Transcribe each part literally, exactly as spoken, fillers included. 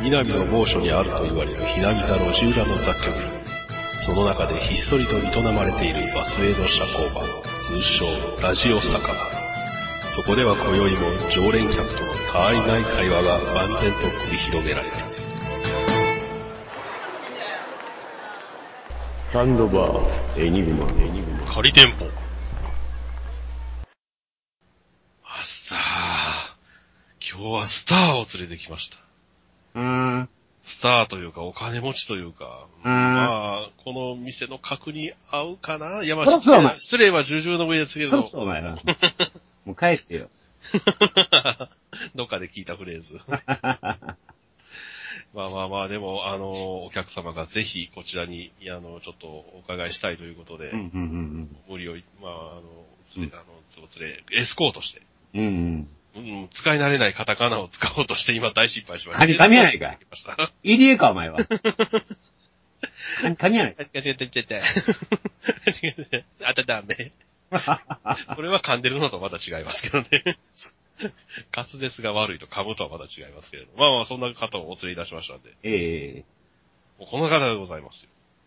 南の某所にあると言われるひなびた路地裏の雑居ビル。その中でひっそりと営まれているバスへの社交場、通称ラジオ酒場。そこでは今宵も常連客とのたわいない会話が万全と繰り広げられている。 サンドバーエニグマ仮店舗。マスター、今日はスターを連れてきました。 うーん。 スターというかお金持ちというか、 うーん。 まあ、この店の格に合うかな。いや、まあ、 そらそうお前失礼は重々の上ですけれど。 そうそうお前な。もう帰ってよ。 どっかで聞いたフレーズ。まあまあまあ、でも、あの、お客様がぜひこちらに、あの、ちょっとお伺いしたいということで、 うんうんうん無理を、まあ、あの、つれ、あの、つぼつれ、エスコートして、 うん。うんうん。 うん、使い慣れないカタカナを使おうとして今大失敗しました。 カニカミやないか。 エスコートしてきました。 入江かお前は。カニカミやないか。 あ、違う違う違う違う。あただめ。それは噛んでるのとまた違いますけどね。滑舌が悪いと噛むとはまた違いますけれど。まあまあ、そんな方をお連れいたしましたんで。 ええもうこの方でございますよ。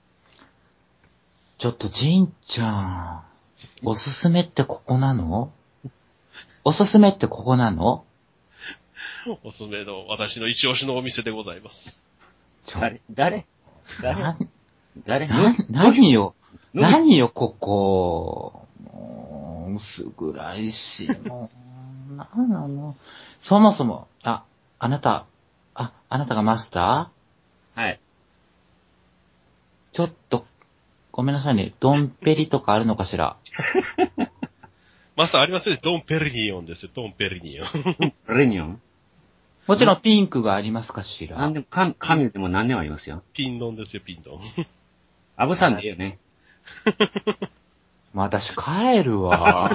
ちょっと、ジンちゃん、おすすめってここなの？おすすめってここなの？ おすすめの私の一押しのお店でございます。 ちょ、 誰誰な、 誰な、何よ、何よ、ここ。もう、薄暗いし、もう、なんなの。そもそも、あ、あなた、あ、あなたがマスター？ はい。 ちょっと、ごめんなさいね。ドンペリとかあるのかしら？ マスターありますね。ドンペリニオンですよ。ドンペリニオン。 レニオンもちろんピンクがありますかしら？ なんでも、か、紙でも何でもありますよ。 ピンドンですよ、ピンドン。 アブさんでいいよね。 もう私帰るわ。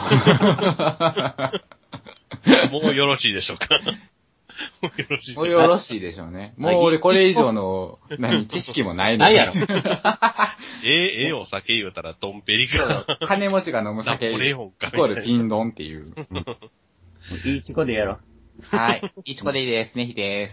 もうよろしいでしょうか。もうよろしいでしょもううか。 よろしいでしょうね。もう俺これ以上の、何、知識もないのないやろ。 ええ、ええお酒言うたらドンペリか。 金持ちが飲む酒、 ナポレイオンか。 コールピンドンっていう。 いいチコでやろ。 はい。いちこでいいです。ねひです。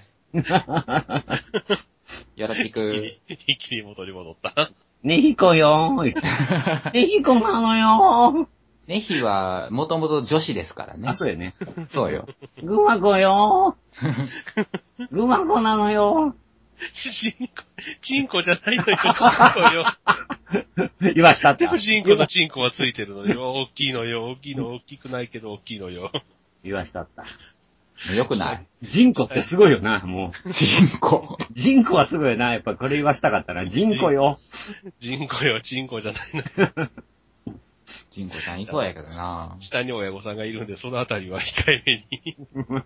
よろしく。 一気に元に戻った。 ねひこよー。ねひこなのよねひは、もともと女子ですからー。 ね。 あ、そうやね。 そうよ。 ぐまこよー。ぐまこなのよチンコ、チンコじゃないのよ、チンコよ。 ー。言わしたった。 でもチンコのチンコはついてるのよ。大きいのよ、大きいの、大きくないけど大きいのよ。 言わしたった。 よくない。 ジンコってすごいよな、もう。 ジンコ。 ジンコはすごいよな。やっぱこれ言わしたかったな。ジンコよ。 チンコよ、チンコじゃないのよ。 ジンコさんいそうやけどな。 下に親御さんがいるんで、そのあたりは控えめに。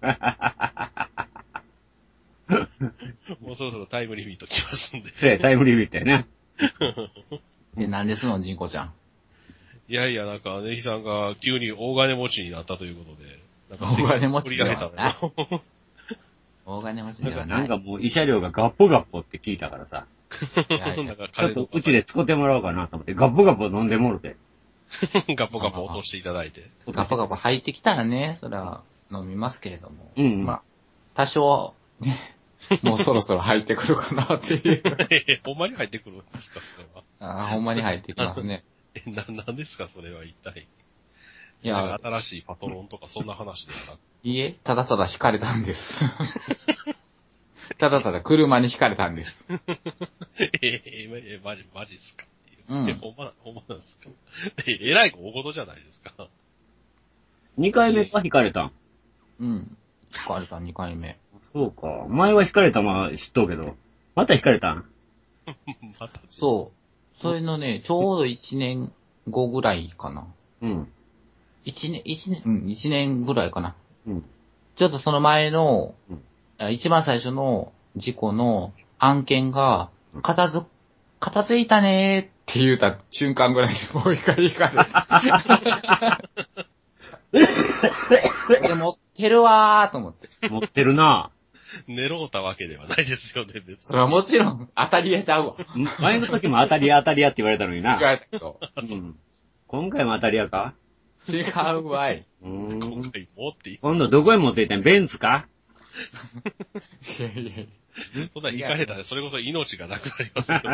もうそろそろタイムリミット来ますんで。 そうや、タイムリミットやな。 え、なんですの、ジンコちゃん。 いやいや、なんか、ネヒさんが急に大金持ちになったということで。なんか大金持ちではない振りが下手だよ。 大金持ちなんか、 ではな。 ないんかもう、慰謝料がガッポガッポって聞いたからさ。 いやいやなんかちょっとうちで使ってもらおうかなと思って、ガッポガッポ飲んでもろて。 ガポガポ落としていただいて。 ガポガポ入ってきたらね、それは飲みますけれども。 うんうんまあ、多少、ね、もうそろそろ入ってくるかなっていう。 えほんまに入ってくるんですか、それは。 あーほんまに入ってきますね。 え、な、なんですか、それは一体。 いやなんか、新しいパトロンとかそんな話ではなく。 いいえ、ただただ惹かれたんです。ただただ車に惹かれたんです。 えええ、マジ、マジっすかっていう。 うんえ、ほんま、ほんまなんですか。え、えらい大事じゃないですか。 にかいめは引かれたん。 うん。惹かれたにかいめ。 そうか。前は引かれたまま知っとうけど。また引かれたん。 また。 そう。それのね、ちょうどいちねんごぐらいかな。 うん。 いちねん、一年、うん、いちねんぐらいかな。 うん。 ちょっとその前の、 うんあ一番最初の事故の案件が、片づ、片付いたねーって言うた瞬間ぐらいでもう一回引かれて。で、持ってるわーと思って。 持ってるな寝ろうたわけではないですよね、別に。 それはもちろん当たり屋ちゃうわ。 前の時も当たり屋当たり屋って言われたのにな。 言われたけど。 うん。今回も当たり屋か違うわい。 うーん。 今回もっていい。 今度どこへ持っていったんベンツかいやいやいや。 そんな行かれたらそれこそ命がなくなりますよ。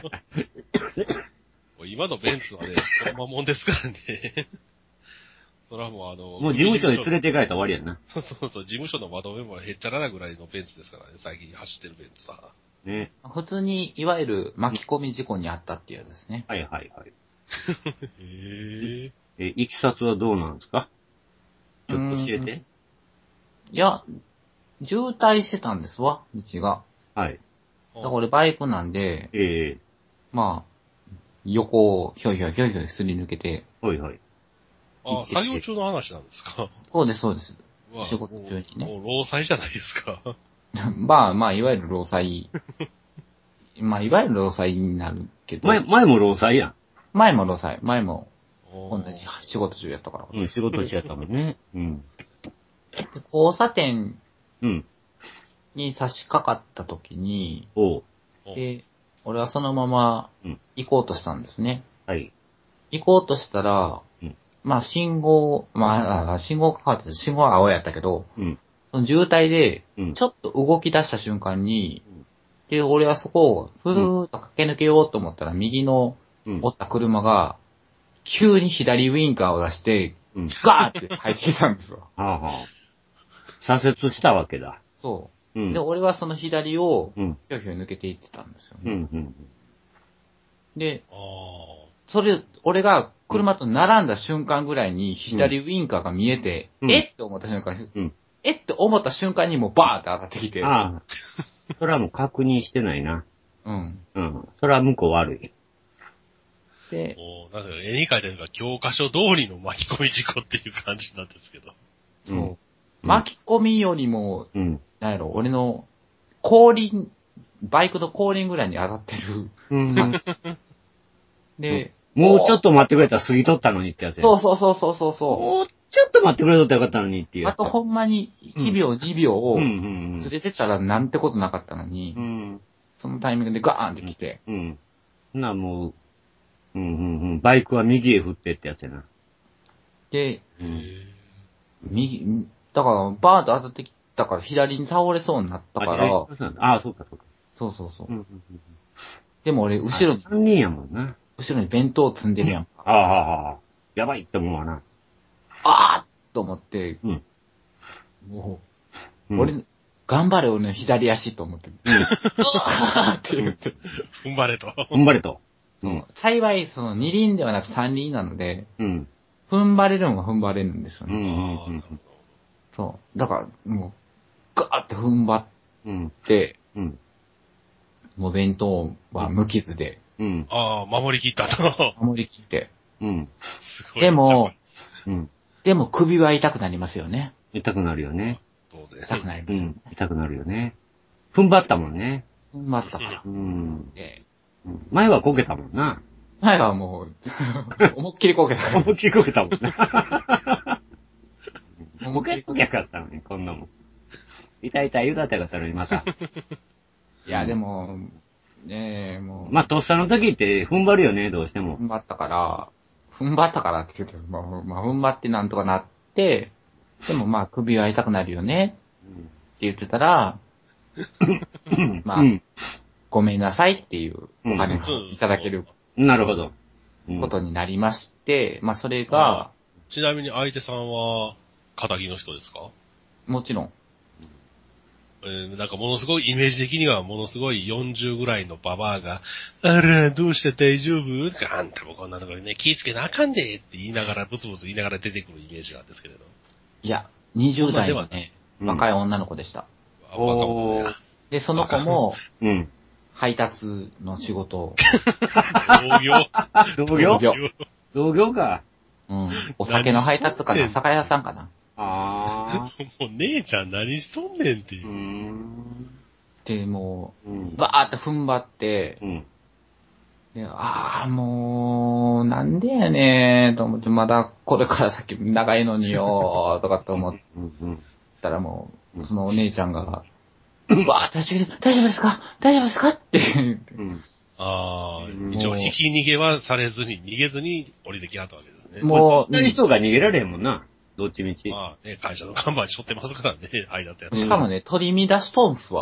今のベンツはね、そんなもんですからね。それはもうあの、 もう事務所に連れて行かれたら終わりやな。 そうそうそう、事務所の窓辺もへっちゃらなぐらいのベンツですからね、最近走ってるベンツは。 ね。 普通に、いわゆる巻き込み事故にあったっていうやつですね。 はいはいはい。 へえ、いきさつはどうなんですか？ちょっと教えて。 いや、渋滞してたんですわ、道が。 はい。 ぇー。 だから俺バイクなんで、 ええまあ、横をひょいひょいひょいひょいすり抜けて。 はいはい。 あ、作業中の話なんですか？ そうです、そうです。 うわ仕事中にね。 もう、もう労災じゃないですか。 まあまあ、いわゆる労災。まあ、いわゆる労災になるけど。 前、前も労災やん。 前も労災。前も同同じ仕事中やったから。 うん、仕事しちゃったもんね。うん。 で交差点うん。 に差し掛かった時に、 おう。 で、俺はそのまま行こうとしたんですね。 はい。 行こうとしたら、 うんまあ信号、まあ信号かかってて信号は青やったけど、 うん。 その渋滞でうん。 ちょっと動き出した瞬間に、 うんで、俺はそこをふーっと駆け抜けようと思ったら、右のうん。 おった車が、急に左ウインカーを出して、 うん。 ガーって入ってきたんですよ。 はあはあ。左折したわけだ。 そうう。 ん。 で、俺はその左を、 うん。 ひょいひょい抜けていってたんですよね。 うん。うん。 で、 あそれ、俺が車と並んだ瞬間ぐらいに左ウインカーが見えて、 うんえって思った瞬間、 うんえって思った瞬間にもうバーって当たってきて、 ああ。それはもう確認してないな。 うん。 うん。それは向こう悪い。 であ。、もう、なんか絵に描いてるのが教科書通りの巻き込み事故っていう感じなんですけど。 そう。 うん巻き込みよりも、 うん。 なんやろ、俺の後輪、バイクの後輪ぐらいに当たってる。 うん。 で、 もうちょっと待ってくれたら過ぎとったのにってやつや。 そうそうそうそうそうそもうちょっと待ってくれとったらよかったのにっていうう。 やつ。 あとほんまにいちびょう、にびょうをうんうんずれてたらなんてことなかったのに、 うん。うん。 そのタイミングでガーンって来て、 うん。な、もう、うんうんうん。バイクは右へ振ってってやつやな。 で、 うん。 右、だからバーンと当たってきたから左に倒れそうになったから、 あ、そうなんだああ、そうかそうか。 そうそうそう。 うんうんうん。 でも俺、後ろに、 さんにんやもんな。 後ろに弁当積んでるやんか。 ああ、ああ、ああ。やばいって思うわな。 あーと思って、 うん。 もう、 うん、 俺、頑張れ俺の左足と思って、うわーって言って。 踏ん張れと。 踏ん張れと。う。 そうん幸い、その二輪ではなく三輪なので、 うん。 踏ん張れるのは踏ん張れるんですよね。 うん。うん。 ああ、なるほど。 そう。だから、もう、ガーって踏ん張っうん。 て、 うん。 もう弁当は無傷で、 うん。 ああ、守り切ったと。 守り切って。 うん。 すごい。 でも、 うん。 でも首は痛くなりますよね。 痛くなるよね。 当然。 痛くなります。 うん。痛くなるよね。踏ん張ったもんね。 踏ん張ったから。 うん。 で、 前はこけたもんな。 前はもう、思いっきりこけた。 思いっきりこけたもんな。 思いっきりここけなかったのに、こんなもん。痛い痛い言うたってよかったのに、また。 いや、でも、ねえ、もう、 まあ、とっさの時って踏ん張るよね、どうしても。 踏ん張ったから、踏ん張ったからって言って、まあ、まあ、踏ん張ってなんとかなって、でもまあ首は痛くなるよねって言ってたら、まあ、 うん。 ごめんなさいっていうお話をいただけるなるほど。うんことになりまして、まあそれが、 ちなみに相手さんは、仇の人ですか？ もちろん、 えーなんかものすごい、イメージ的にはものすごいよんじゅうぐらいのババアが、あら、どうして大丈夫？あんたもこんなところにね、気ぃつけなあかんでって言いながら、ブツブツ言いながら出てくるイメージなんですけれど。 いや、にじゅう代のね、 うん若い女の子でした。 あ若者や。 で、その子も、 うん。 配達の仕事を、 同業同業同業同業か。 うん、お酒の配達かな、 何しとんねん酒屋さんかな。 ああ。 もう姉ちゃん何しとんねんっていうう。 ん。 で、もうんう、バーって踏ん張って、 うん。 でああ、もう、なんでやねーと思って、まだこれから先長いのによーとかって思っうん。うん。 たらもう、そのお姉ちゃんが、うわー、私、大丈夫ですか大丈夫ですかって言って、 うん。 ああ、 うん一応引き逃げはされずに、逃げずに降りてきはったわけですね。 もう、 何人が逃げられへんもんな。どっちみち。 まあね、会社の看板背負ってますからね、配達やつ。 しかもね、取り乱しとんすわ。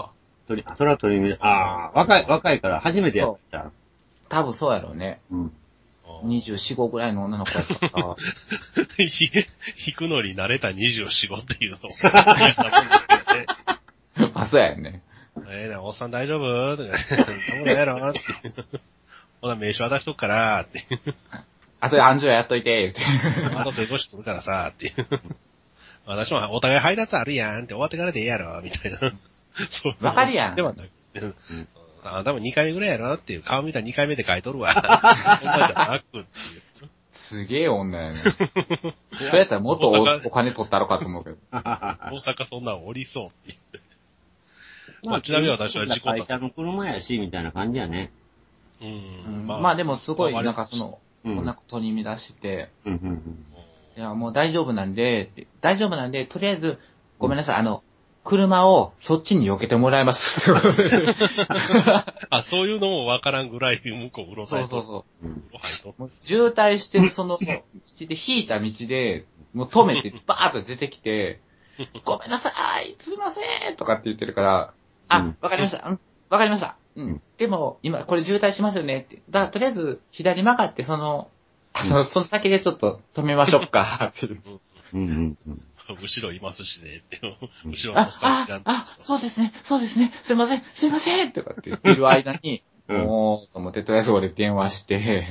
鳥、それは鳥見、ああ、若い、若いから初めてやったじゃん。 多分そうやろうね。 うん。 にじゅうよん、ごぐらいの女の子やったから。 ひ弾くのに慣れたにじゅうよん、ごっていうのも、やったもんですけどね。 あ、そうやね。 えー、なおっさん大丈夫とか、そんなことないやろって。ほな、名刺渡しとくから、って。 あ、それアンジュラやっといて、言って。 あと弁護士来るからさ、っていう。私もお互い配達あるやんって終わってからでええやろ、みたいな。そう。 わかるやん。 ではなくて、うん、あ、多分にかいめぐらいやろっていう、顔見たらにかいめで書いとるわ。そんなんじゃなくっていう。すげえ女やね。そうやったらもっと お, お金取ったろかと思うけど。 大阪そんなんおりそうっていう。まあ、ちなみに私は事故った。 会社の車やし、みたいな感じやね。 うん。 うん、まあ、まあでもすごい、なんかその、 うん、 こんなことに乱して、 うんうんうん、 いや、もう大丈夫なんで、大丈夫なんで、とりあえず、ごめんなさい、あの、車をそっちに避けてもらいます。 あ、そういうのもわからんぐらい向こううろたいと。 そうそうそう。 うろもう渋滞してるその道で、引いた道で、もう止めてバーッと出てきて、ごめんなさい、すいませんとかって言ってるから、あ、わ、うん、かりました、うん、わかりました。うん。でも、今、これ渋滞しますよねって。だから、とりあえず、左曲がって、その、あの、その先でちょっと止めましょうか、っていう。 うんうんうん。 後ろいますしね、って。後ろのスタッフあ、あ、そうですね、そうですね、すいません、すいませんとかって言ってる間に、もう、と思って、とりあえず俺電話して、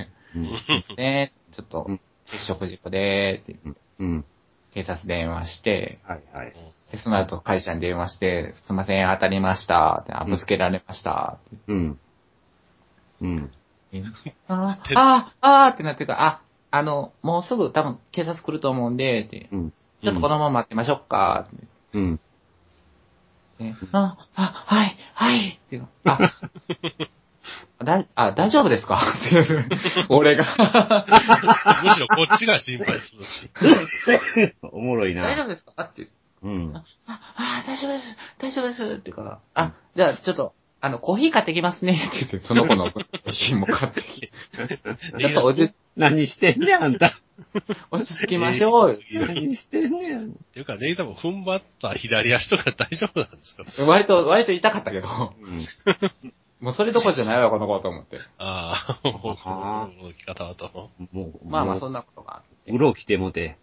うん、ね、ちょっと、接触事故でーって、うん、警察電話して、はいはい。で、その後会社に電話して、すいません、当たりましたって、あ、ぶつけられましたって。うん。うん。ああ、ああ、あーってなってるから、あ、あの、もうすぐ多分警察来ると思うんで、って、うん、ちょっとこのまま待ってましょうか、って。うん。あ、あ、はい、はい、っていうあ、だ、あ、大丈夫ですかっていう、俺が。 むしろこっちが心配するし。 おもろいな。 大丈夫ですかって。うん。あ、あ、大丈夫です、大丈夫です、っていうから、あ、じゃあちょっと、あの、コーヒー買ってきますね、って言って、その子のコーヒーも買ってきて。ちょっとおじ、 何してんねん、あんた。 落ち着きましょうよ。 何してんねん。 っていうか、ネギタも踏ん張った左足とか大丈夫なんですか？ 割と、割と痛かったけど。うん、もうそれどころじゃないわ、この子と思って。 ああ、もう、動き方はと。 もう、まあまあ、そんなことがあって。 うろきてもて。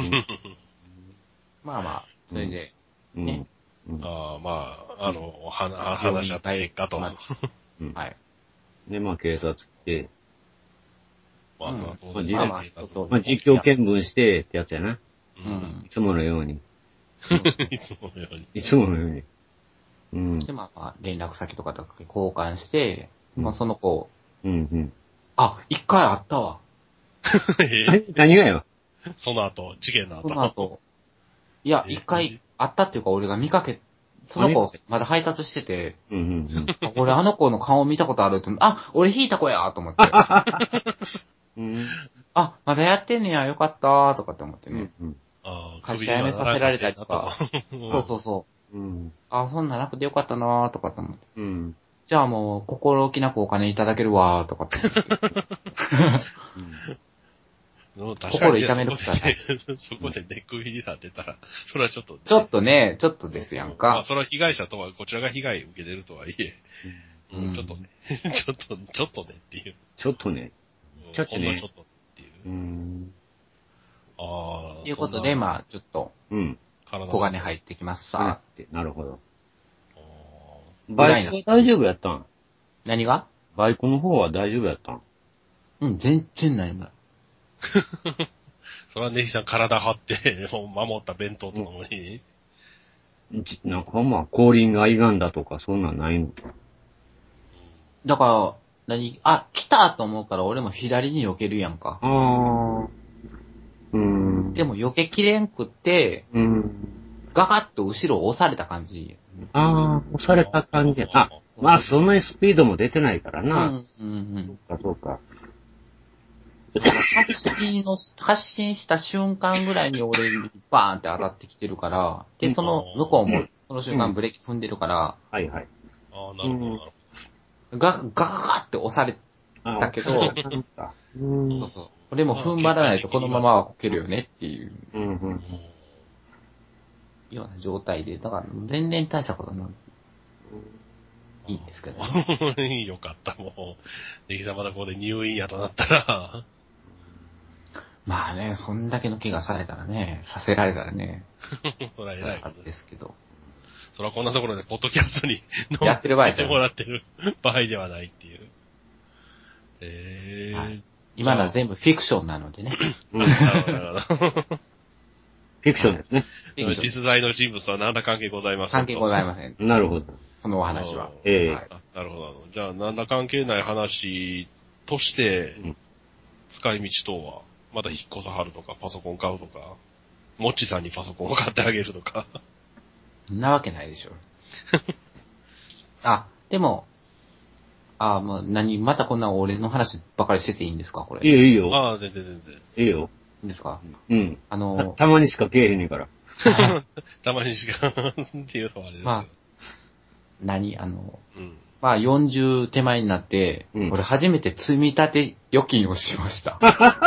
まあまあ、それで、ね。 うん、ああ、まあ、あの、は話し合った結果と。まあうん、はい。で、まあ、警察来て、まあ、うん、まあ、まあ、まあ、まあ、実況見分してってやつやな。うん。いつものように。 いつものように。 いつものように。 うん。で、まあ、連絡先とかと交換して、うん、まあ、その子、うんうん。あ、一回あったわ。 え何がよ。 その後、事件の後。 その後。いや、一回あったっていうか、俺が見かけ、その子、まだ配達してて、うんうんうん、俺あの子の顔見たことあるって、あ、俺引いた子やと思って。うん、あ、まだやってんねや、よかったーとかって思ってね。うんうん、あ会社辞めさせられたりとか。そうそうそう。うん、あ、そんななくてよかったなーとかって思って。うん、じゃあもう、心置きなくお金いただけるわーとかって思って。うん、心痛めるくさい。 そこでネック入りになってたら、それはちょっと、ね。 ちょっとね、ちょっとですやんか。 まあ、それは被害者とは、こちらが被害受けてるとはいえ、うん、うん、ちょっとね、ちょっと、ちょっとねっていう。 ちょっとね。 ちょっとね。ちょっとねっていう。うん。 ああ。ということで、まあ、ちょっと、うん。小金入ってきますさ、 って。なるほど。バイクは大丈夫やったん？ 何が？ バイクの方は大丈夫やったん？ うん、全然ないもん。 それはネギさん体張って、守った弁当とともに。 うん、なんかほんま、後輪が歪んだとか、そんなんないの？ だから、何あ、来たと思うから俺も左に避けるやんか。ああ。うん。でも避けきれんくって、うん。ガガッと後ろを押された感じ。 ああ、押された感じや。あ、まあそんなにスピードも出てないからな。うん、うん、うん。そうか、そうか。発進の、発進した瞬間ぐらいに俺にバーンって当たってきてるから、で、その向こうもその瞬間ブレーキ踏んでるから、うん、はいはい。 ああ、なるほど、なるほど。ガ、ガガガって押されたけど、そうそう。俺も踏ん張らないとこのままはこけるよねっていう、うんうんうん、ような状態で、だから全然大したことない。 いいんですけどね。 よかった、もう。できたまだここで入院やとなったら。 まあね、そんだけの怪我されたらね、させられたらね。 そら偉いはずですけど。 そらこんなところでポッドキャストにやってる場合じゃもらってる場合ではないっていう。えー。はい、 今のは全部フィクションなのでね。 うん、なるほど、なるほど。フィクションですね。 実在の人物は何ら関係ございません。 関係ございません。 なるほど。 そのお話は。 ええーはい、 なるほど。じゃあ、何ら関係ない話として、うん、使い道等は、また引っ越さはるとか、パソコン買うとか、もっちさんにパソコンを買ってあげるとか。 そんなわけないでしょ。あ、でも、あ、もう何、またこんな俺の話ばかりしてていいんですか、これ。 いいよ、いいよ。 ああ、全然全然。 いいよ。 いいですか？ うん。 あのた、たまにしかけえへんねんから。 たまにしかっていうのはあれですけど。まあ、 何あの、 うん、 まあよんじゅう手前になって、うん、俺初めて積み立て預金をしました。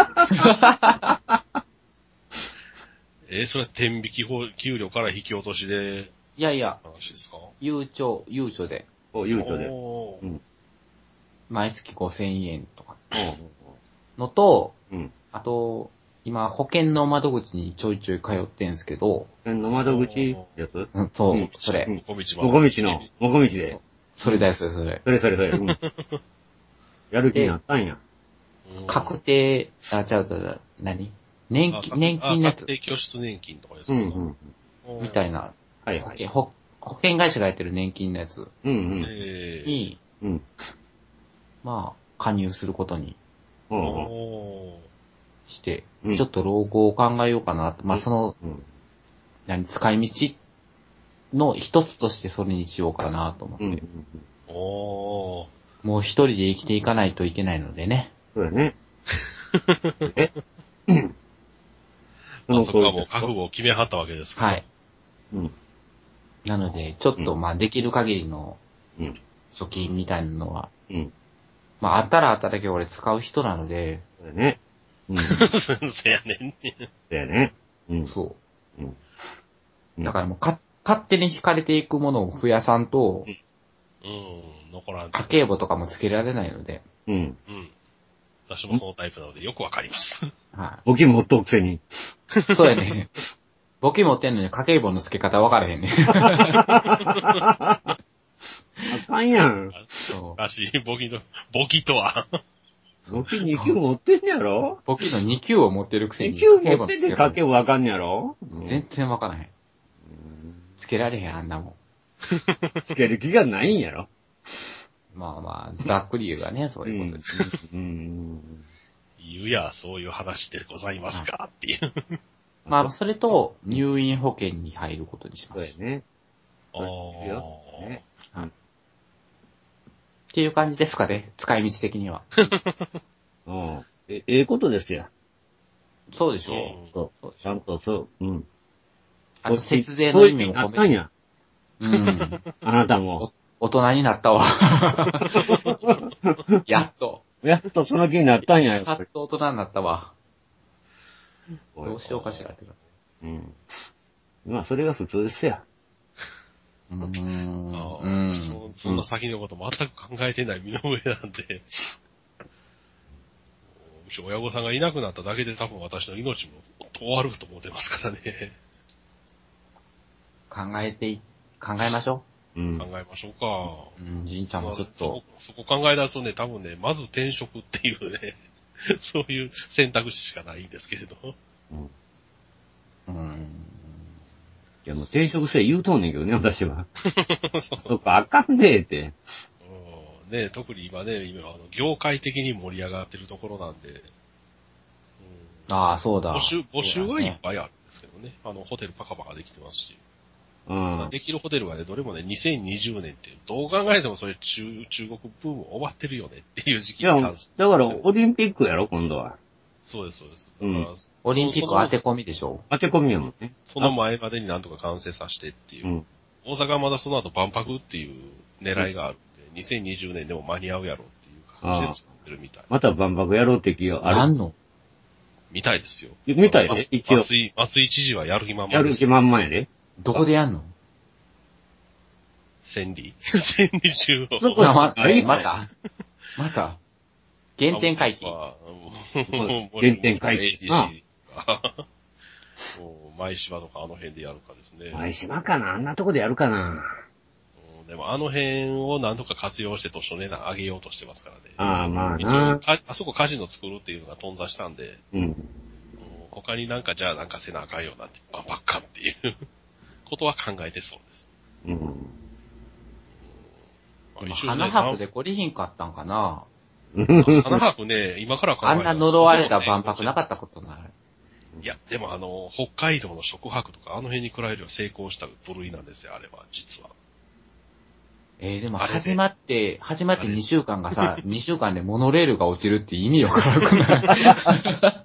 えー、それは天引き給料から引き落としで。 いやいや、 話ですか？ ゆうちょ、ゆうちょで。 お、ゆうちょで。 うん、 毎月ごせんえんとか。のと、 うん、 あと、今、保険の窓口にちょいちょい通ってんすけど。 保険の窓口やつ？ うん、そう、うん、それ。 もこみちもこみちの、もこみちで。 そ, それだよ、それ、それ。 それ、それ、それ。うん、やる気になったんや。 確定、あ、ちゃうちゃう、何年金、年金のやつ。 確定拠出年金とかですか、うんうん、みたいな。 はい保険、保険会社がやってる年金のやつ。 うんうん。 に、 うん、 まあ、加入することに。 おして、うん、ちょっと老後を考えようかな。まあ、その、うん、何、使い道の一つとしてそれにしようかなと思って。うんうんうん、 おもう一人で生きていかないといけないのでね。 そうだね。 えまあ、そこはもう覚悟を決めはったわけですか。 はい。うん。なので、ちょっと、まあ、できる限りの、貯金みたいなのは、 うん。 まあ、あったらあっただけ俺使う人なので、 そうだね。 うん。せやねんね。 せやね。 うん。そう。うん。だからもうか、勝手に引かれていくものを増やさんと、 うん。うん、残らん。 家計簿とかもつけられないので。 うん。 うん。私もそのタイプなのでよくわかります。 はい。 募金持っとくくせに。 そうやね。募金持ってんのに家計簿の付け方わからへんね。 あかんやん。 そう。らしい、募金の、募金とは。 募金に級持ってんねやろ？ 募金のに級を持ってるくせに。 に級持ってて家計簿わかんねやろ？ 全然わからへん。つけられへん、あんなもん。 つける気がないんやろ？ まあまあ、ざっくり言うがね、そういうことです。 うん。 言うや、そういう話でございますかっていう。 まあ、それと、入院保険に入ることにします。 そうやね。 ああ。ね、 はい。っていう感じですかね、使い道的には。 うん。え、ええことですよ。 そうでしょう。 そう。ちゃんとそう。うん。 あと、節税の意味も込めて。 そういう意味になったんや。 うん。 あなたも。 大人になったわ。やっと。 やっとその気になったんや。 やっと大人になったわ。どうしようかしらって感じ。うん。まあ、それが普通ですよ。 うーん。 あうん。 そ, そんな先のこと全く考えてない身の上なんで。むしろ親御さんがいなくなっただけで多分私の命も終わると思ってますからね。 考えてい、考えましょう。うん、考えましょうか。 うん、じいちゃんもちょっと。 そこ、そこ考え出すとね、多分ね、まず転職っていうね、そういう選択肢しかないんですけれど。 うん。うん。 いや、もう転職せ言うとんねんけどね、私は。そ, そっか、あかんねえって。 うん、ね、特に今ね、今、あの、業界的に盛り上がってるところなんで。 うん、ああ、そうだ。 募集、募集はいっぱいあるんですけどね。あの、ホテルパカパカできてますし。うん、できるホテルはね、どれもね、にせんにじゅうねんって、どう考えてもそれ中、中国ブーム終わってるよねっていう時期に関す。いや、だからオリンピックやろ、今度は。 そうです、そうです。 うん、 オリンピック当て込みでしょ？ 当て込みやもんね。 その前までになんとか完成させてっていう。うん、大阪はまだその後万博っていう狙いがあるんで、うん、にせんにじゅうねんでも間に合うやろうっていう感じで作ってるみたい。 また万博やろうって気がある。 なんの？ みたいですよ。 みたいで、一応。 松井、松井知事はやる気満々です。 やる気満々やで。 どこでやんの？ 千里千里中央。 そこま、またまた原点回帰。 原点回帰。 ああ。舞島とかあの辺でやるかですね。 舞島かなあんなとこでやるかな、 うん、でもあの辺を何とか活用して図書値段上げようとしてますからね。 ああ、まあな。 あそこカジノ作るっていうのが頓挫したんで、うん、他になんかじゃあなんかせなあかんよなって、バンバッカンっていうことは考えてそうです。うん。 うん、花博でこりひんかったんかな花博ね、今から考えたらあんな呪われた万博なかったことない。 いや、でもあの、北海道の食博とかあの辺に比べれば成功した部類なんですよ、あれは、実は。 えー、でも始まって、始まってにしゅうかんがさ、にしゅうかんでモノレールが落ちるって意味わからなくないなんか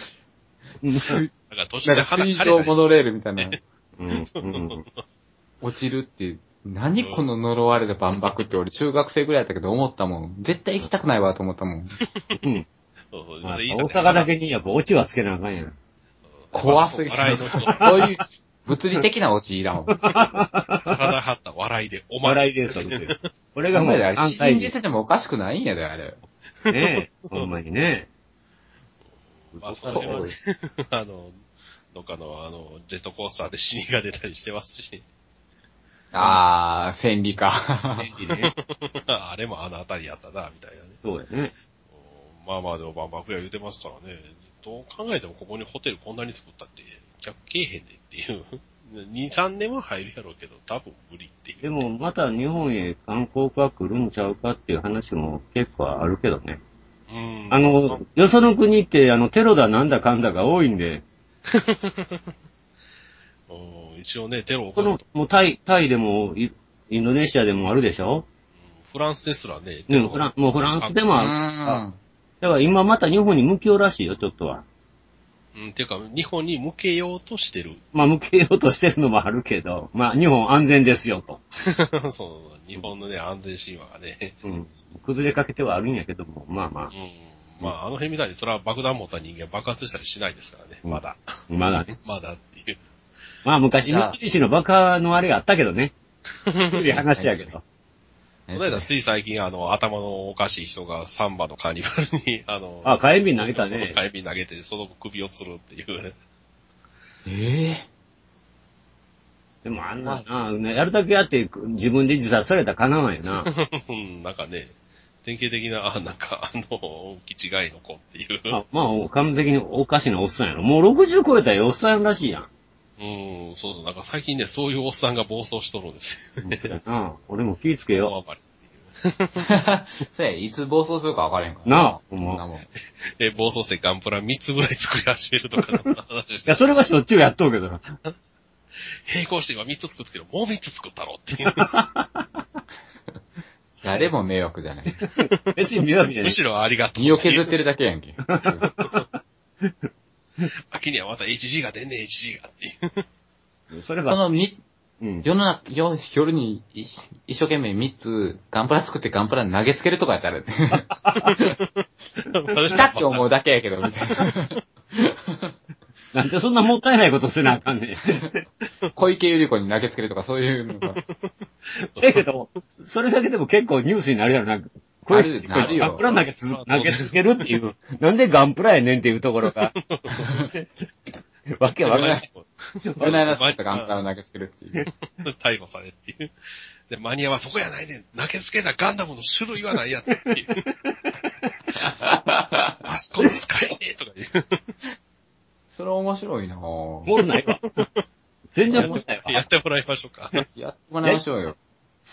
途中で水上モノレールみたいな。うんうん、落ちるって、何この呪われた万博って俺中学生ぐらいだったけど思ったもん。絶対行きたくないわと思ったもん。うんそうそうまあ、大阪だけにやっぱオチはつけなあかんやん。 怖すぎる。そういう物理的なオチいらんわ。 体張った笑いで、 お前。笑いでそれで。これがもう、 あれ、信じててもおかしくないんやで、あれ。 ねえ、ほんまにね。 まあ、そう。あの、どっかの、あの、ジェットコースターで死にが出たりしてますし。 あー、千里か。千里ね。 あれもあのあたりやったな、みたいなね。 そうやね。 まあまあでも万博や言うてますからね。どう考えてもここにホテルこんなに作ったって、客けえへんでっていう。に、さんねんは入るやろうけど、多分無理っていう。 でもまた日本へ観光が来るんちゃうかっていう話も結構あるけどね。うん。あの、よその国ってあのテロだなんだかんだが多いんで。 一応ね、テロこの、もうタイ、タイでもイ、インドネシアでもあるでしょ、 うん、フランスですらね。 うん、フラン、もうフランスでもある。あだから今また日本に向きようらしいよ、ちょっとは。 うん、ていうか、日本に向けようとしてる。 まあ、向けようとしてるのもあるけど、まあ、日本安全ですよ、と。 そう、日本のね、安全神話がね。 うん。崩れかけてはあるんやけども、まあまあ。うん。 まあ、あの辺みたいに、それは爆弾持った人間爆発したりしないですからね、まだ。 うん、まだね。 まだっていう。 まあ、昔、三菱の爆破のあれがあったけどね。そういう話やけど。 この間、つい最近、あの、頭のおかしい人がサンバのカーニバルに、あの、 あ、火炎瓶投げたね。 火炎瓶投げて、その首を吊るっていうね。 ええー。でもあんな、な、ね、やるだけやって自分で自殺されたらかなわんやな。 うん、なんかね、典型的な、あ、なんか、あの、気違いの子っていう。 あまあ、完璧におかしなおっさんやろ。もうろくじゅう超えたらおっさんらしいやん。 うん、そうそう、なんか最近ね、そういうおっさんが暴走しとるんですよ、ね。 うん、俺も気ぃつけよう。 そうや、いつ暴走するか分からへんからな。なあ、ほんま。 え、暴走してガンプラみっつぐらい作り始めるとかの話して。 いや、それはしょっちゅうやっとうけどな。 並行して今みっつ作ったけど、もうみっつ作ったろっていう。 誰も迷惑じゃない。 別に迷惑じゃない。 むしろありがとう。 身を削ってるだけやんけ。 秋にはまた エイチジー が出んねん、エイチジー がっていう。それが。そのみ、うん、世の中、夜、夜に一生懸命みっつガンプラ作ってガンプラ投げつけるとかやったら、来たって思うだけやけど、みたいな。 なんでそんなもったいないことせなあかんねん。 小池百合子に投げつけるとかそういうのが。 だけど、それだけでも結構ニュースになるやろ、なんか。 これ、なるよ。 ガンプラ投げつ、投げつけるっていう。なんでガンプラやねんっていうところが。わけわからない。 そないなすったガンプラを投げつけるっていう。 逮捕されっていう。で、マニアはそこやないねん。投げつけたガンダムの種類はないやっていう。あそこの使えねえとか言う。 それ面白いなぁ。 おもろないわ。全然おもろないわ。 やってもらいましょうか。 やってもらいましょうよ。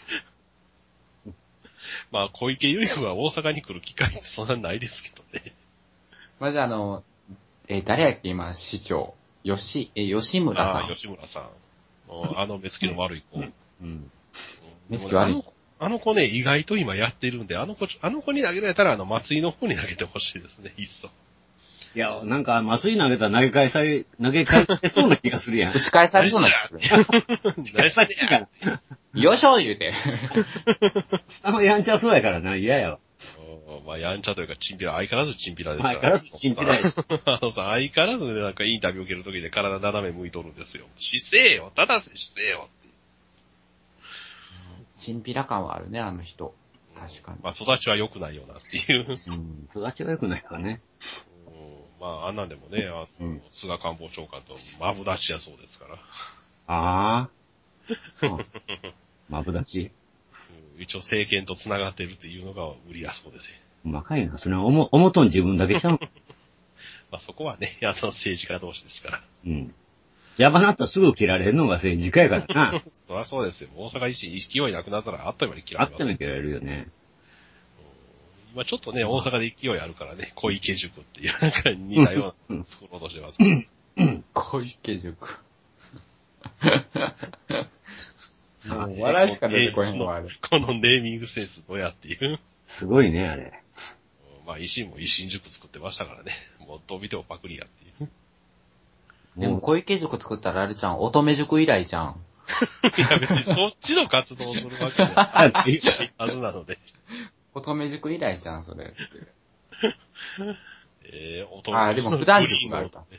まあ、小池百合子が大阪に来る機会ってそんなないですけどね。 まずあの、えー、誰やっけ今、市長。吉、え、吉村さん。 ああ、吉村さん。あの目つきの悪い子。うん。 目つき悪い子。あの子ね、意外と今やってるんで、あの子、あの子に投げられたら、あの、松井の方に投げてほしいですね、いっそ。 いや、なんか、松井投げたら投げ返され、投げ返せそうな気がするやん。 打ち返されそうな気がする。 打ち返されるから。 よいしょ言うて。 あのやんちゃそうやからな、嫌やわ。 まあ、やんちゃというか、チンピラ、相変わらずチンピラですから。 相変わらずチンピラや。 あのさ、相変わらずね、なんかインタビュー受けるときで体斜め向いとるんですよ。姿勢よ、ただせ姿勢よって。 チンピラ感はあるね、あの人。確かに。 まあ育ちは良くないよなっていう。うん、 育ちは良くないからね。 うん、まああんなんでもね、あの、うん、菅官房長官とマブダチやそうですから。 ああ。マブダチ、 うん、一応政権と繋がってるっていうのが売りやそうですね。 うまかいな。それはおも、おもとん自分だけちゃう。 まあそこはね、あの政治家同士ですから。 うん。やばなったらすぐ切られるのが政治家やからな。 そりゃそうですよ。大阪維新勢いなくなったらあっという間に切られます。 あっという間に切られるよね。 今ちょっとね、大阪で勢いあるからね、小池塾っていうなんか似たようなの作ろうとしてますけど。 小池塾。 もう笑いしか出てこへんわ、あれ。 このネーミングセンスどうやっていう。 すごいね、あれ。 まあ維新も維新塾作ってましたからね。もうどう見てもパクリやっていう。 でも小池塾作ったらあれじゃん、乙女塾以来じゃん。 いや別にそっちの活動をするわけじゃないはずなので。 乙女塾以来じゃん、それ。 えー、乙女塾。 あ、でも普段塾があるか。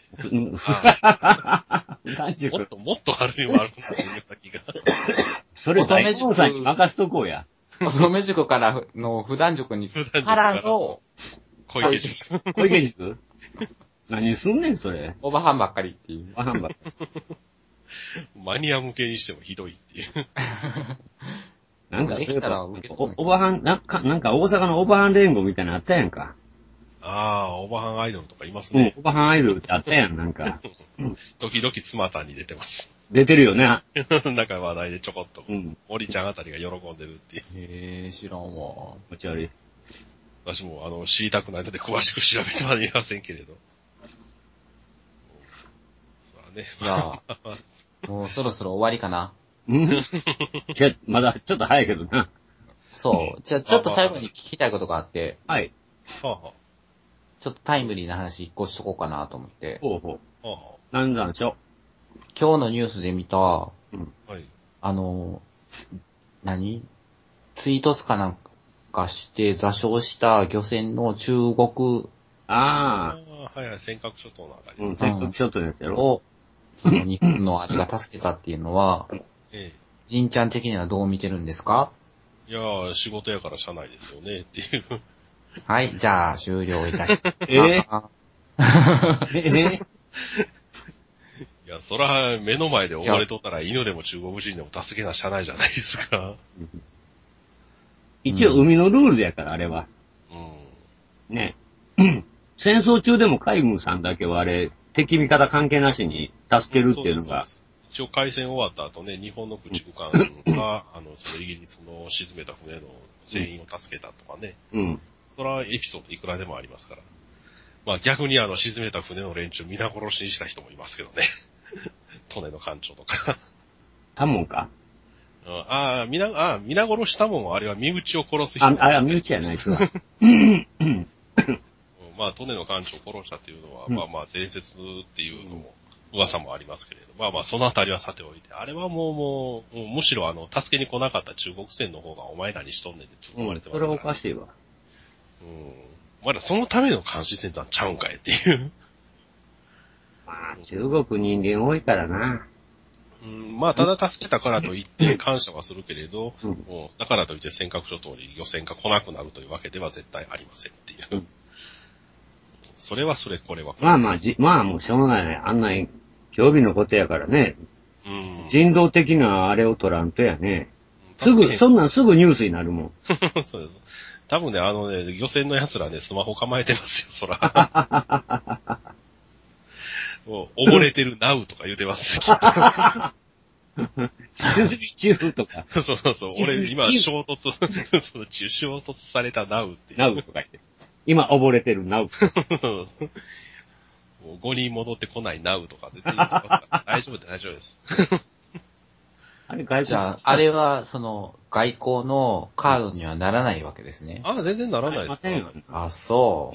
普段塾。 もっともっと悪い悪くなってる先が。 それ大根さんに任すとこうや。 乙女塾からの普段塾に、からの、 小池塾。 小池塾何すんねん、それ。 オバハンばっかりっていう。 オバハンばっかり。マニア向けにしてもひどいっていう。 なんか、 できたらお、おばはん、なんか、なんか大阪のおばはん連合みたいなのあったやんか。 ああ、おばはんアイドルとかいますね。 うん、おばはんアイドルってあったやん、なんか。 時々スマタンに出てます。 出てるよね。 なんか話題でちょこっと。 うん。 森ちゃんあたりが喜んでるっていう。 へえ、知らんわ。 気持ち悪い。 私も、あの、知りたくないので詳しく調べてはいませんけれど。そうだね。 じゃあ、もうそろそろ終わりかな。 うんじゃ、まだちょっと早いけどな。 そう。じゃあ、ちょっと最後に聞きたいことがあって。 はい。 はあはあ、 ちょっとタイムリーな話一個しとこうかなと思って。 ほうほう。 はあはあ、なんなんでしょう。 今日のニュースで見た、うん、 はい、 あの、何追突かなんかして座礁した漁船の中国、 ああ、はいはい、尖閣諸島のあたりですね。うん、尖閣諸島のやつやろ。 を、その日本のあれが助けたっていうのは、ええ、ジンちゃん的にはどう見てるんですか？ いやー、仕事やから社内ですよね、っていう。 はい、じゃあ終了いたします。 えー、えーいや、そら、目の前で溺れとったら犬でも中国人でも助けなしゃないじゃないですか。 一応海のルールやから、あれは。うん。ね。戦争中でも海軍さんだけはあれ、敵味方関係なしに助けるっていうのが。 一応海戦終わった後ね、日本の駆逐艦が、あの、そのイギリスの沈めた船の全員を助けたとかね。うん。そら、エピソードいくらでもありますから。まあ逆にあの、沈めた船の連中皆殺しにした人もいますけどね。利根の艦長とか。 タモンか。 うん、ああ、皆、ああ、皆殺しタモンはあれは身内を殺す人、 ね。あ、あれは身内やないですわ。 まあ、利根の艦長を殺したっていうのは、うん、まあまあ伝説っていうのも、噂もありますけれど、まあまあそのあたりはさておいて、あれはもうもう、もうむしろあの、助けに来なかった中国船の方がお前何しとんねんって突っ込まれてますから、ね。 うん、それはおかしいわ。 うん。まだそのための監視船団ちゃうんかいっていう。 まあ、中国人間多いからな。 うん、まあ、ただ助けたからといって感謝はするけれど、うん、もうだからといって尖閣諸島に漁船が来なくなるというわけでは絶対ありませんっていう。うん、それはそれ、これはこれ。 まあまあ、じ、まあもうしょうがない。あんな興味のことやからね。うん、人道的なあれを取らんとやね。すぐ、そんなんすぐニュースになるもん。 そうです。多分ね、あのね、漁船の奴らね、スマホ構えてますよ、そら。もう、溺れてるナウとか言うてます。 沈み中とか。 そうそうそう。俺、今、衝突、その衝突されたナウっていう。 ナウとか言って。今、溺れてるナウ。 もうごにん戻ってこないナウとか出て言ってますから。大丈夫で大丈夫です。 あれ、外交じゃあ、あれは、その、外交のカードにはならないわけですね。 ああ、全然ならないです、ね。 あ、そう。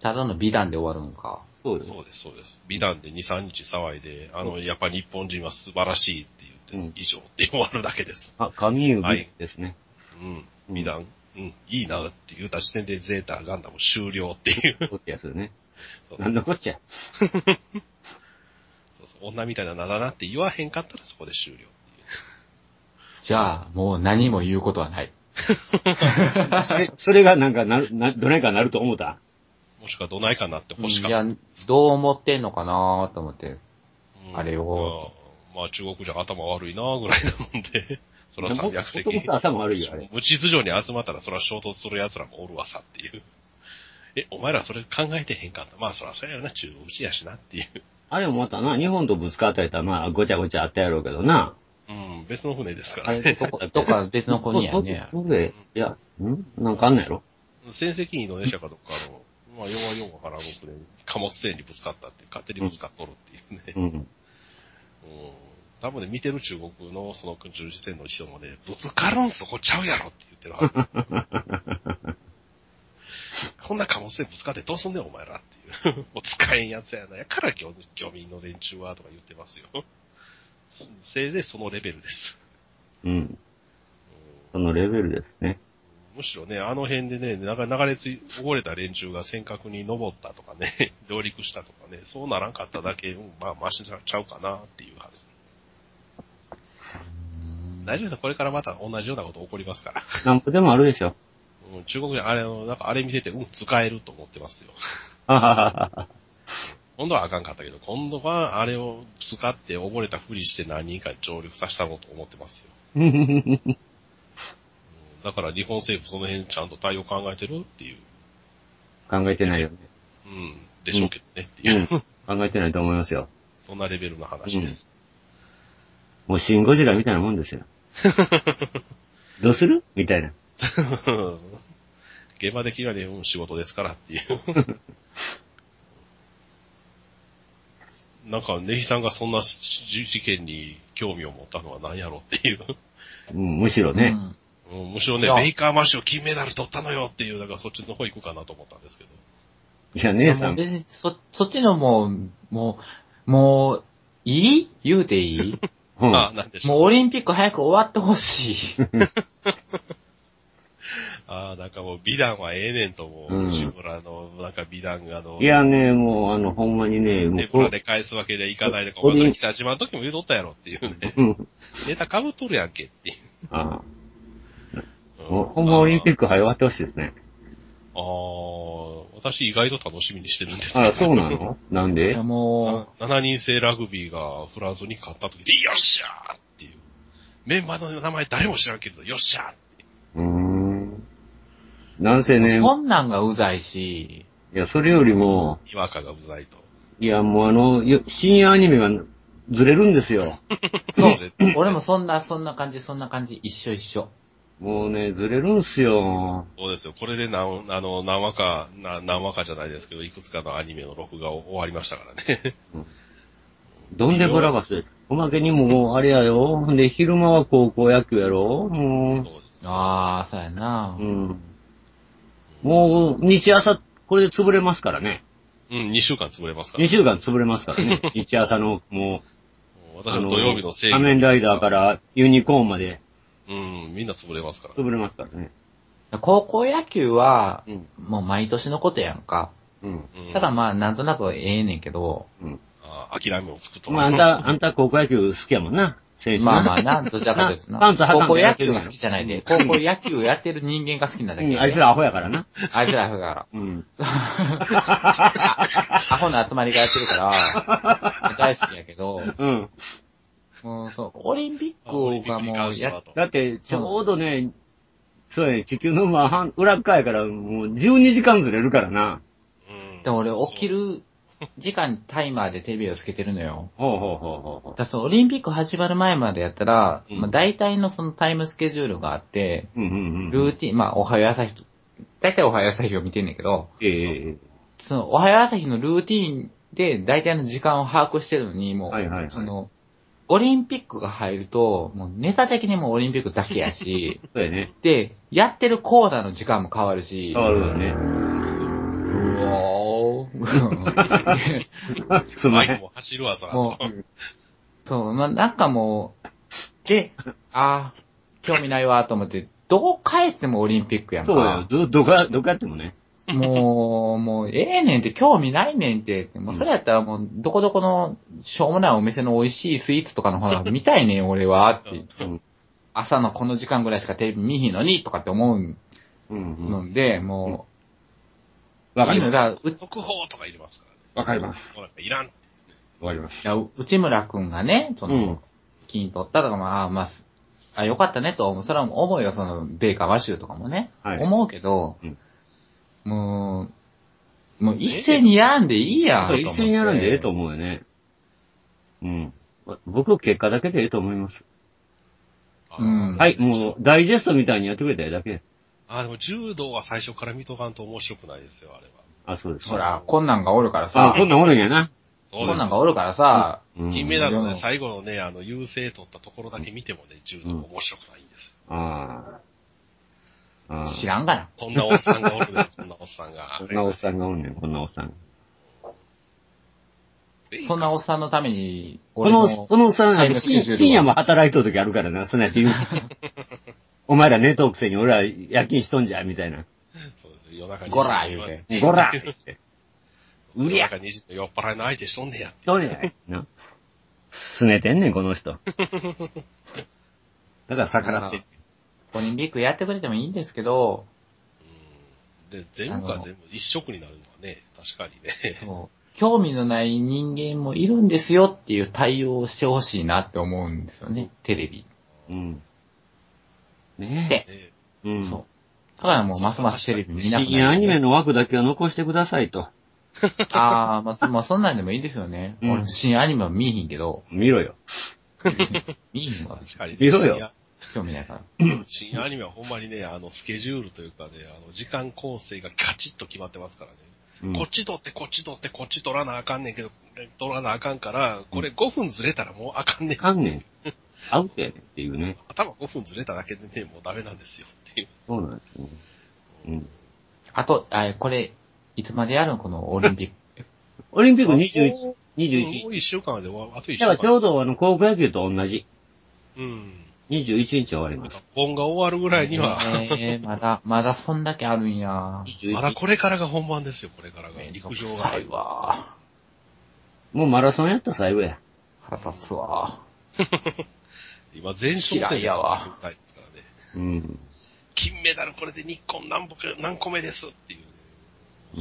ただの美談で終わるのか。 そうです、そうです、そうです。美談でに、さんにち騒いで、あの、やっぱ日本人は素晴らしいって言って、以上って終わるだけです。 あ、神優美ですね。 はい、うん。美談、うん、いいなって言った時点でゼータガンダム終了っていう。 そうってやつね。なんだこっちゃ。 そうそう、女みたいな名だなって言わへんかったらそこで終了っていう。 じゃあ、もう何も言うことはない。 それ、それがなんかな、な、どないかなると思った？ もしくはどないかなって欲しかった。 いや、どう思ってんのかなと思って。 うん、 あれを。 まあ、中国じゃ頭悪いなぐらいなもんで。そらさんびゃくせき。 もともと頭悪いよ、あれ。 無秩序に集まったらそら衝突する奴らもおるわさっていう。え、お前らそれ考えてへんかった。まあそらそうやよな、中国人やしなっていう。あれもまたな、日本とぶつかったりたらまあごちゃごちゃあったやろうけどな。 うん、別の船ですからね。あれ、どこ、どっか別の国やね。 船、いや、んなんかあんのやろ？ 船籍インドネシアかどっかの、まあよんはよんはからの船に貨物船にぶつかったって、勝手にぶつかっとるっていうね。うん。うん、多分ね、見てる中国のその巡視船の人もね、ぶつかるんそこちゃうやろって言ってるはずですよ。こんな貨物船ぶつかってどうすんねんお前らっていう。もう使えんやつやな。やから漁民の連中はとか言ってますよ。せいぜいそのレベルです。 うん。そのレベルですね。 むしろね、あの辺でね、流れつい、溺れた連中が尖閣に登ったとかね、上陸したとかね、そうならんかっただけ、うん、まあ、マシちゃうかなっていう話。大丈夫だ、これからまた同じようなこと起こりますから。 なんぼでもあるでしょ。 うん、中国人、あれの、なんかあれ見てて、うん、使えると思ってますよ。今度はあかんかったけど、今度はあれを使って溺れたふりして何人か上陸させたのと思ってますよ。うん、だから日本政府その辺ちゃんと対応考えてるっていう。 考えてないよね。 うん、でしょうけどねっていう、 うん。考えてないと思いますよ。 そんなレベルの話です。 うん、もうシンゴジラみたいなもんですよ。どうするみたいな。 現場できるね、うん、仕事ですからっていう。なんか、ネギさんがそんな事件に興味を持ったのは何やろっていう。 うん、むしろね。 うん、むしろね、ベイカーマッシュ金メダル取ったのよっていう、だからそっちの方行くかなと思ったんですけど。 いや、姉さん。 別に、そ、そっちのもう、もう、もう、いい言うていいうん、あ、なんでしょう。 もうオリンピック早く終わってほしい。 ああ、なんかもう美談はええねんともう、うん、内村のなんか美談があの。 いやね、もうあの、ほんまにね、 もう。手ぶらで返すわけではいかないとか、まあ、それ北島の時も言うとったやろっていうね。うん。ネタ被っとるやんけっていう。ああ。 うん、ほんまオリンピック早終わってほしいですね。 ああ、私意外と楽しみにしてるんですけど。 あ、そうなの？なんで？ いやもう。しちにん制ラグビーがフランスに勝った時で、よっしゃーっていう。メンバーの名前誰も知らんけど、よっしゃーって。うーん。 なんせね。 そんなんがうざいし。 いや、それよりも。 違和感がうざいと。 いや、もうあの、深夜アニメがずれるんですよ。 そう。俺もそんな、そんな感じ、そんな感じ。一緒一緒。 もうね、ずれるんすよ。 そうですよ。これで何、あの、何話か、何話かじゃないですけど、いくつかのアニメの録画終わりましたからね。うん、 どんでブラバス。おまけにももうあれやよ。で、昼間は高校野球やろ。もう。そうです。 ああ、そうやな。うん。 もう、日朝、これで潰れますからね。 うん、にしゅうかん潰れますから、 ね。にしゅうかん潰れますからね。日朝の、もう。私も土曜日の正義。 仮面ライダーからユニコーンまで。 うん、みんな潰れますから。 潰れますからね。 高校野球は、うん、もう毎年のことやんか。うん。ただまあ、なんとなくええねんけど。 うん。ああ、諦めをつくと。 まあ、あんた、あんた高校野球好きやもんな。 まあまあ、なんとじゃかですな。パンツ高校野球が好きじゃないで。高校野球やってる人間が好きなだけ、 うん。あいつらアホやからな。 あいつらアホやから。うん。アホの集まりがやってるから、大好きやけど。うん。もう、そう、オリンピックがもうや、 だって、ちょうどね、そうやね、地球のまあ、裏側やから、もうじゅうにじかんずれるからな。 うん。でも俺、起きる時間タイマーでテレビをつけてるのよ。ほうほうほうほう。だからオリンピック始まる前までやったら、うん、まあ大体のそのタイムスケジュールがあって、うんうんうん、ルーティン、まあ、おはよう朝日と、大体おはよう朝日を見てんねんけど、えー、その、おはよう朝日のルーティンで大体の時間を把握してるのに、もう、はいはいはい、その、オリンピックが入ると、もうネタ的にもオリンピックだけやし、 そうやね。 で、やってるコーナーの時間も変わるし、 変わるよね。 うおー。つまりも走るわ、そらと。 そう、まあ、なんかもう、で、あー、興味ないわと思って、どう帰ってもオリンピックやんか。 そうや、ど、どか、どかってもね。 もう、もう、ええねんって、興味ないねんって。もう、それやったらもう、どこどこの、しょうもないお店の美味しいスイーツとかの方が見たいねん、俺は、って。うん、 朝のこの時間ぐらいしかテレビ見ひんのにとかって思うので、うんうん、もう、わかります。だから速報とか入れますからね。 わかります。 もうなんかいらんって、ね。 わかります。 いや、内村くんがね、その、うん、金取ったとか、まあ、まあ、あ、よかったねと思う。それは思うよ、その、米華和州とかもね。はい、思うけど、うん、もう、もう一斉にやらんでいいやん。 そう、一斉にやらんでええと思うよね。うん。僕、結果だけでええと思います。うん。はい、もう、ダイジェストみたいにやってくれたらだけ。 あ、でも柔道は最初から見とかんと面白くないですよ、あれは。あ、そうです。 ほら、こんなんがおるからさ。 あ、こんなんおるんやな。 こんなんがおるからさ。 うん、金メダルのね、最後のね、あの、優勢取ったところだけ見てもね、柔道面白くないんです。 うん、ああ。知らんがな。 こんなおっさんがおるね、こんなおっさんが。 こんなおっさんがおるねん、こんなおっさん。 そんなおっさんのために、 この、このおっさん、深夜も働いとる時あるからな、そんなやって言う。お前ら寝とくくせに俺ら夜勤しとんじゃ、みたいな。 そうです。夜中に。 ゴラ言うて。 ゴラ言うて。 うりゃ夜中にじ酔っ払いの相手しとんねや。しとんねや。すねてんねん、この人。だから逆らって。 オリンピックやってくれてもいいんですけど、 うん。で、全部が全部一色になるのはね、確かにね。 そう興味のない人間もいるんですよっていう対応をしてほしいなって思うんですよね、テレビ。 うん。ねえ。で、うん。そう。だからもうますますテレビ見なくなる。 深夜アニメの枠だけは残してくださいと。 ああ、まあそ、まあ、そんなんでもいいですよね。うん、俺深夜アニメは見えひんけど。 見ろよ。 見えひんわ。 確かに、ね。 見ろよ。 興味ないから。 深夜アニメはほんまにね、あの、スケジュールというかね、あの、時間構成がカチッと決まってますからね。うん、こっち取って、こっち取って、こっち取らなあかんねんけど、取らなあかんから、これごふんずれたらもうあかんねん。 あかんねん。アウトやねんっていうね。 頭ごふんずれただけでね、もうダメなんですよっていう。 そうなんですよ。うん。 あと、あ、これ、いつまでやるのこのオリンピック。 オリンピックにじゅういち、にじゅういち。 もういっしゅうかんで終わる。あといっしゅうかん。 だからちょうどあの、高校野球と同じ。 うん。 にじゅういちにち終わります。 本が終わるぐらいには。 えー、まだ、まだそんだけあるんや。 まだこれからが本番ですよ、これからが。陸上が。 最後わ。 もうマラソンやったら最後や。 腹立つわ。 今、前哨戦でやわ。 ですからね。 うん。 金メダルこれで日本何個何個目ですっていう、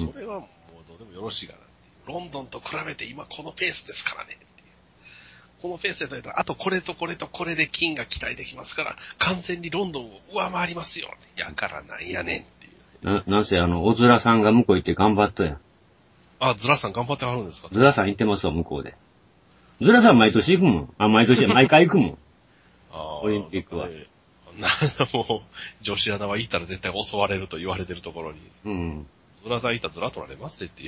ね。それはもうどうでもよろしいかなっていう。ロンドンと比べて今このペースですからね。このペースで取れたら、あとこれとこれとこれで金が期待できますから、完全にロンドンを上回りますよ。やからなんやねんっていう。 な、なんせあの、小面さんが向こう行って頑張ったやん。 あ、ズラさん頑張ってはるんですか？ ズラさん行ってますわ、向こうで。ズラさん毎年行くもん。あ、毎年、毎回行くもん。あオリンピックは。 なんだもう、女子アナは行ったら絶対襲われると言われてるところに。 うん。 ズラさん行ったらズラ取られますっていう。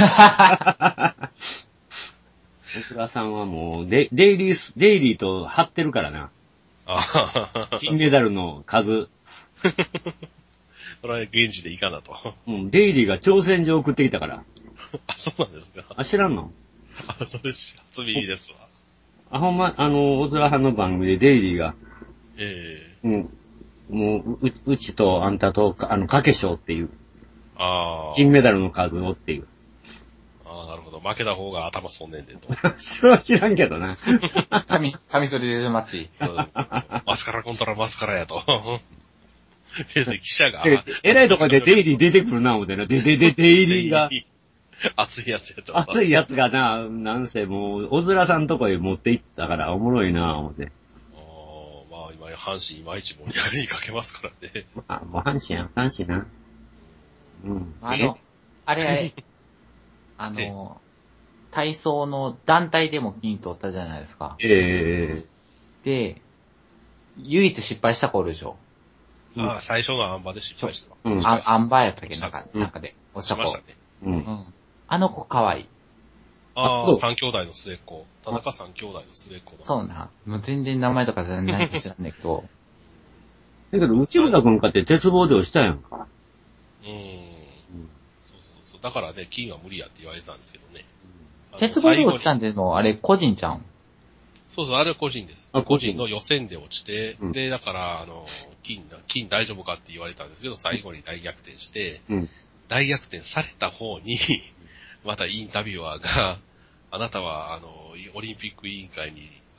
小倉さんはもう、デデイリー、デイリーと張ってるからな。金メダルの数。 それは現地でいかなと。 うん、デイリーが挑戦状送ってきたから。 あ、そうなんですか。 あ、知らんの？ あ、それ初耳ですわ。 あ、ほんま、あの、小倉派の番組でデイリーが、 ええー、うん、もう、う、うちとあんたと、あの、かけしょうっていう。 ああ。 金メダルの数をっていう。 ああ、なるほど。負けた方が頭そんねんでと。 それは知らんけどな。 髪、髪剃りでマッチ。 マスカラコントラマスカラやと。別に記者が。 えらいとこでデイリー出てくるな、思てな。で、で、で、デイリーが。 熱いやつやと。 熱いやつがな、なんせもう、小面さんとこへ持って行ったからおもろいな、思て。 ああ、まあ今、阪神いまいち盛り上がりにかけますからね。 まあ、もう阪神や、阪神な。うん。 あの、あれあれ、あの、体操の団体でも金取ったじゃないですか。 ええー。で、唯一失敗した子おるでしょ。 ああ、最初のあん馬で失敗した。 うん。あ、あん馬やったっけなんか、なんかで。 落ちた子。しましたね。 うん。うん。 あの子可愛い。 ああ、三兄弟の末っ子。田中三兄弟の末っ子だ。 そうな。もう全然名前とか全然ないか知らんねんけど。 だけど、内村くんかって鉄棒で落ちたやんか。 うーん。そうそうそう。だからね、金は無理やって言われてたんですけどね。 鉄棒で落ちたんでも、あれ個人ちゃうん？ そうそう、あれは個人です。 あ、 個人の予選で落ちて、 うん、 で、だから、あの、金、金大丈夫かって言われたんですけど、最後に大逆転して、 うん、 大逆転された方に、またインタビュアーが、あなたは、あの、オリンピック委員会に、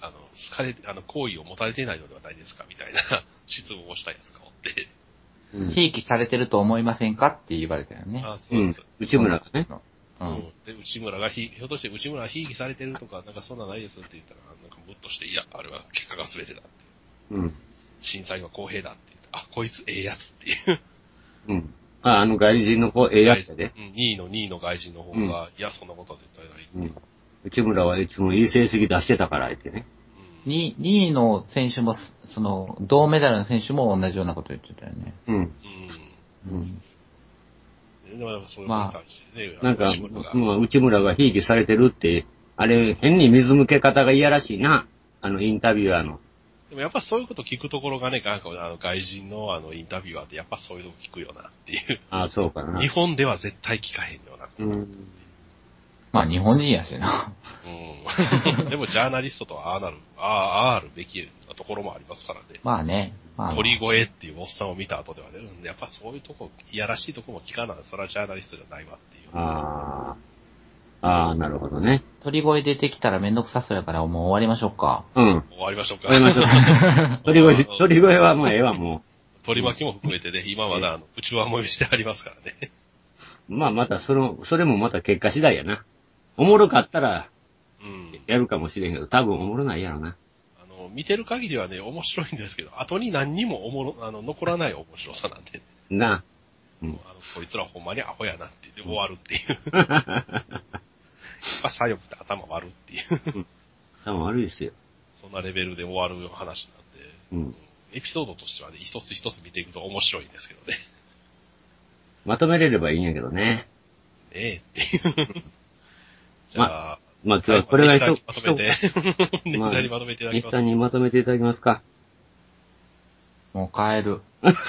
あの、好かれ、あの、好意を持たれていないのではないですかみたいな質問をしたやつがおって。 うん、ひいきされてると思いませんかって言われたよね。 あ、そうです。 うん、内村がね。 うん。で、内村がひ、ひょっとして内村はひいきされてるとか、なんかそんなないですって言ったら、なんかムッとして、いや、あれは結果が全てだって。 うん。 審査員は公平だって言って、あ、こいつええやつっていう。 うん。あ、あの外人の子、ええやつやで。 うん、にいのにいの外人の方が、うん、いや、そんなことは絶対ないっていう。うん。 内村はいつもいい成績出してたから、言ってね。 に、にいの選手も、その、銅メダルの選手も同じようなこと言ってたよね。 うん。うん。 うん。 まあ、ね、なんか、まあ、内村がひいきされてるって、あれ、変に水向け方が嫌らしいな。あの、インタビュアーの。 でもやっぱそういうこと聞くところがね、なんかあの外人のあのインタビュアーってやっぱそういうの聞くよなっていう。 ああ、そうかな。 日本では絶対聞かへんよな。 うん。 まあ日本人やしな。 うん。でもジャーナリストとはああなる、ああ、あるべきなところもありますからね。 まあね。まあ、 鳥越っていうおっさんを見た後ではね、やっぱそういうとこ、いやらしいとこも聞かない。それはジャーナリストじゃないわっていう。 ああ。ああ、なるほどね。 鳥越出てきたらめんどくさそうやからもう終わりましょうか。 うん。 終わりましょうか。 終わりましょうか。鳥越、鳥越はもうええわ、もう。 鳥巻きも含めてね、今まだあの、うちわもみしてありますからね。 まあまたその、それもまた結果次第やな。おもろかったら、うん。やるかもしれんけど、多分おもろないやろな。 あの、見てる限りはね、面白いんですけど、後に何にもおもろ、あの、残らない面白さなんで。 な。 うん。あの、こいつらほんまにアホやなって言って終わるっていう。やっぱ左翼って頭悪っていう。うん。 頭悪いですよ。 そんなレベルで終わる話なんで。うん。エピソードとしてはね、一つ一つ見ていくと面白いんですけどね。 まとめれればいいんやけどね。 ねえっていう。じゃあ、 ま、まあ、これが一つまとめて、ネタにまとめていただきます。 日産にまとめていただきますか。 もう帰る。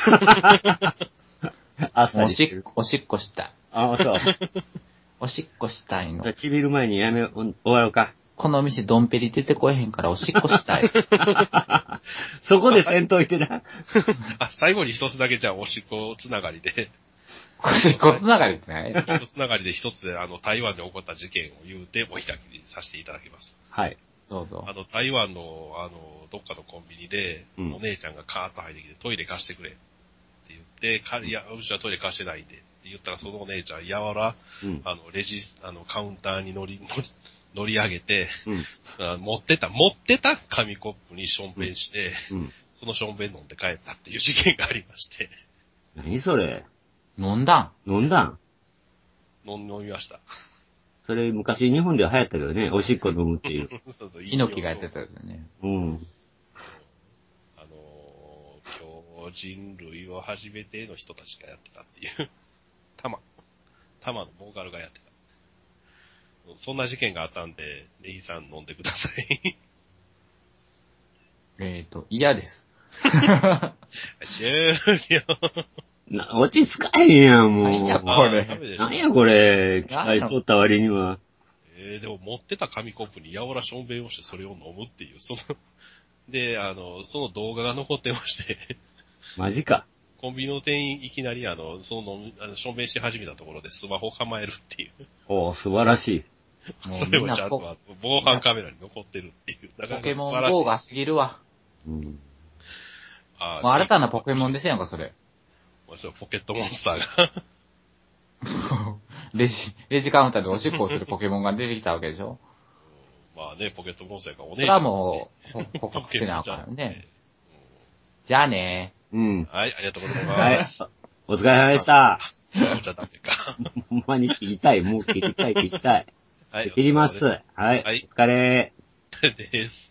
朝おしっこ、おしっこしたい。 ああ、そう。 おしっこしたいの。 ちびる前にやめ、終わろうか。 この店ドンペリ出てこえへんからおしっこしたい。 そこでせんといてな。 あ、最後に一つだけじゃあおしっこつながりで。 おしっこつながりってない一つながりで一つで、あの、台湾で起こった事件を言うてお開きにさせていただきます。 はい。 どうぞ。 あの、台湾の、あの、どっかのコンビニで、うん、お姉ちゃんがカーッと入ってきてトイレ貸してくれって言って、かいや、うちはトイレ貸してないんでって言ったらそのお姉ちゃん、やわら、うん、あの、レジ、あの、カウンターに乗り、乗り上げて、うん、持ってた、持ってた紙コップにしょんべんして、うん、そのしょんべん飲んで帰ったっていう事件がありまして。 何それ？ 飲んだん飲んだん飲みました。 それ昔日本では流行ったけどね、おしっこ飲むっていう。 そうそう、猪木がやってたやつね。 うん。 あのー、今日人類を初めての人たちがやってたっていう。玉。玉のボーカルがやってた。そんな事件があったんで、ネヒさん飲んでください。 えっと、嫌です。 終了。 な、落ち着かへんやん、もう。 何やこれ。 何やこれ。期待しとった割には。 えー、でも持ってた紙コップにやわらしょんべんをしてそれを飲むっていう、その、で、あの、その動画が残ってまして。 マジか。 コンビニの店員いきなりあの、その飲む、あの、しょんべんし始めたところでスマホを構えるっていう。 おー、素晴らしい。 それをちゃんと防犯カメラに残ってるっていう。 ポケモン ゴー が過ぎるわ。 うん。 ああ。新たなポケモンですやんか、それ。 そう、ポケットモンスターが。 レジ、レジカウンターでおしっこをするポケモンが出てきたわけでしょ。 まあね、ポケットモンスターがお姉ちゃん。それはもう、告白してなあかんよね。じゃあねー。うん。 はい、ありがとうございます。 はい。お疲れ様でした。 お茶ダメか。 ほんまに切りたい、もう切りたい、切りたい。 はい。 切ります。はい。はい。お疲れ。 です。